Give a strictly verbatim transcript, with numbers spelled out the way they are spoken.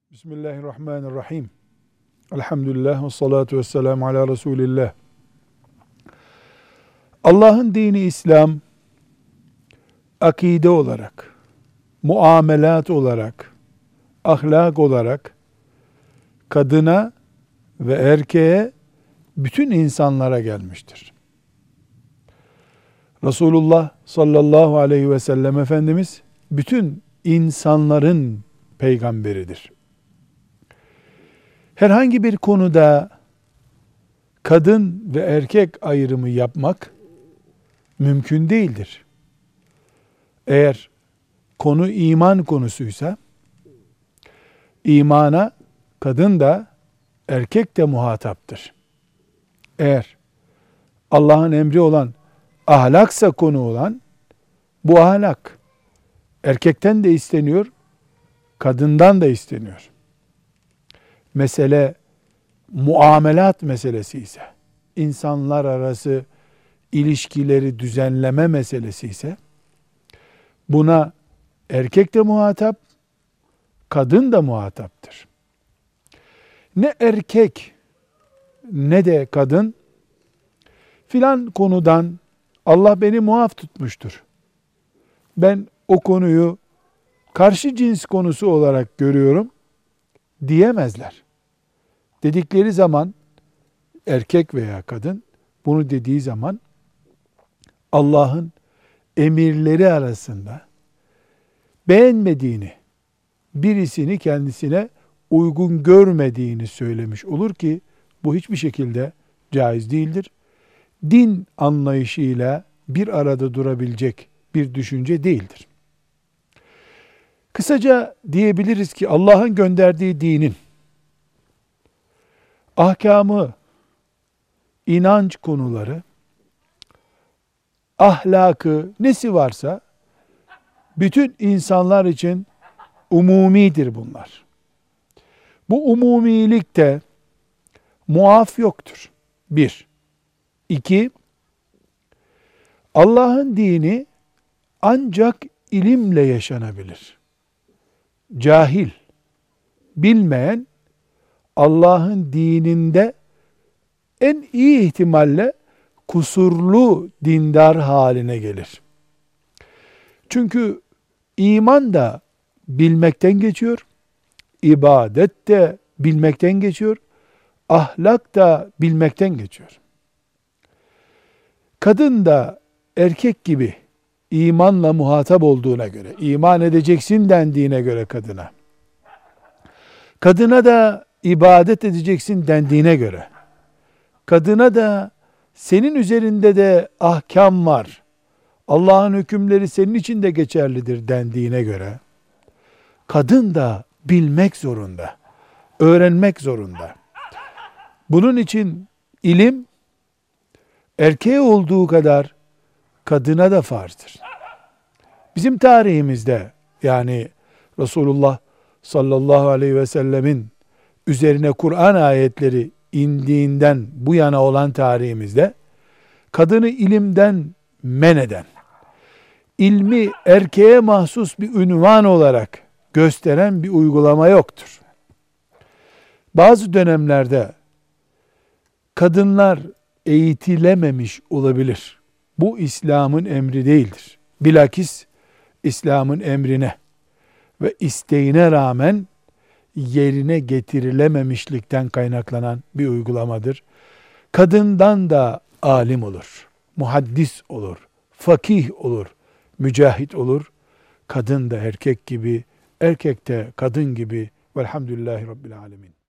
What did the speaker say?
Bismillahirrahmanirrahim. Elhamdülillah ve salatu ve selamu ala Resulillah. Allah'ın dini İslam, akide olarak, muamelat olarak, ahlak olarak, kadına ve erkeğe, bütün insanlara gelmiştir. Resulullah sallallahu aleyhi ve sellem Efendimiz, bütün insanların peygamberidir. Herhangi bir konuda kadın ve erkek ayrımı yapmak mümkün değildir. Eğer konu iman konusuysa, imana kadın da erkek de muhataptır. Eğer Allah'ın emri olan ahlaksa konu olan, bu ahlak erkekten de isteniyor, kadından da isteniyor. Mesele muamelat meselesi ise, insanlar arası ilişkileri düzenleme meselesi ise, buna erkek de muhatap, kadın da muhataptır. Ne erkek ne de kadın, filan konudan Allah beni muaf tutmuştur, ben o konuyu karşı cins konusu olarak görüyorum diyemezler. Dedikleri zaman, erkek veya kadın bunu dediği zaman, Allah'ın emirleri arasında beğenmediğini, birisini kendisine uygun görmediğini söylemiş olur ki, bu hiçbir şekilde caiz değildir. Din anlayışıyla bir arada durabilecek bir düşünce değildir. Kısaca diyebiliriz ki, Allah'ın gönderdiği dinin ahkamı, inanç konuları, ahlakı, nesi varsa bütün insanlar için umumidir bunlar. Bu umumilikte muaf yoktur. Bir. İki, Allah'ın dini ancak ilimle yaşanabilir. Cahil, bilmeyen, Allah'ın dininde en iyi ihtimalle kusurlu dindar haline gelir. Çünkü iman da bilmekten geçiyor, ibadet de bilmekten geçiyor, ahlak da bilmekten geçiyor. Kadın da erkek gibi imanla muhatap olduğuna göre, iman edeceksin dendiğine göre kadına, kadına da ibadet edeceksin dendiğine göre, kadına da senin üzerinde de ahkam var, Allah'ın hükümleri senin için de geçerlidir dendiğine göre, kadın da bilmek zorunda, öğrenmek zorunda. Bunun için ilim, erkeğe olduğu kadar kadına da farzdır. Bizim tarihimizde, yani Resulullah sallallahu aleyhi ve sellemin üzerine Kur'an ayetleri indiğinden bu yana olan tarihimizde, kadını ilimden men eden, ilmi erkeğe mahsus bir ünvan olarak gösteren bir uygulama yoktur. Bazı dönemlerde kadınlar eğitilememiş olabilir. Bu İslam'ın emri değildir. Bilakis İslam'ın emrine ve isteğine rağmen yerine getirilememişlikten kaynaklanan bir uygulamadır. Kadından da alim olur, muhaddis olur, fakih olur, mücahit olur. Kadın da erkek gibi, erkek de kadın gibi. Velhamdülillahi Rabbil alemin.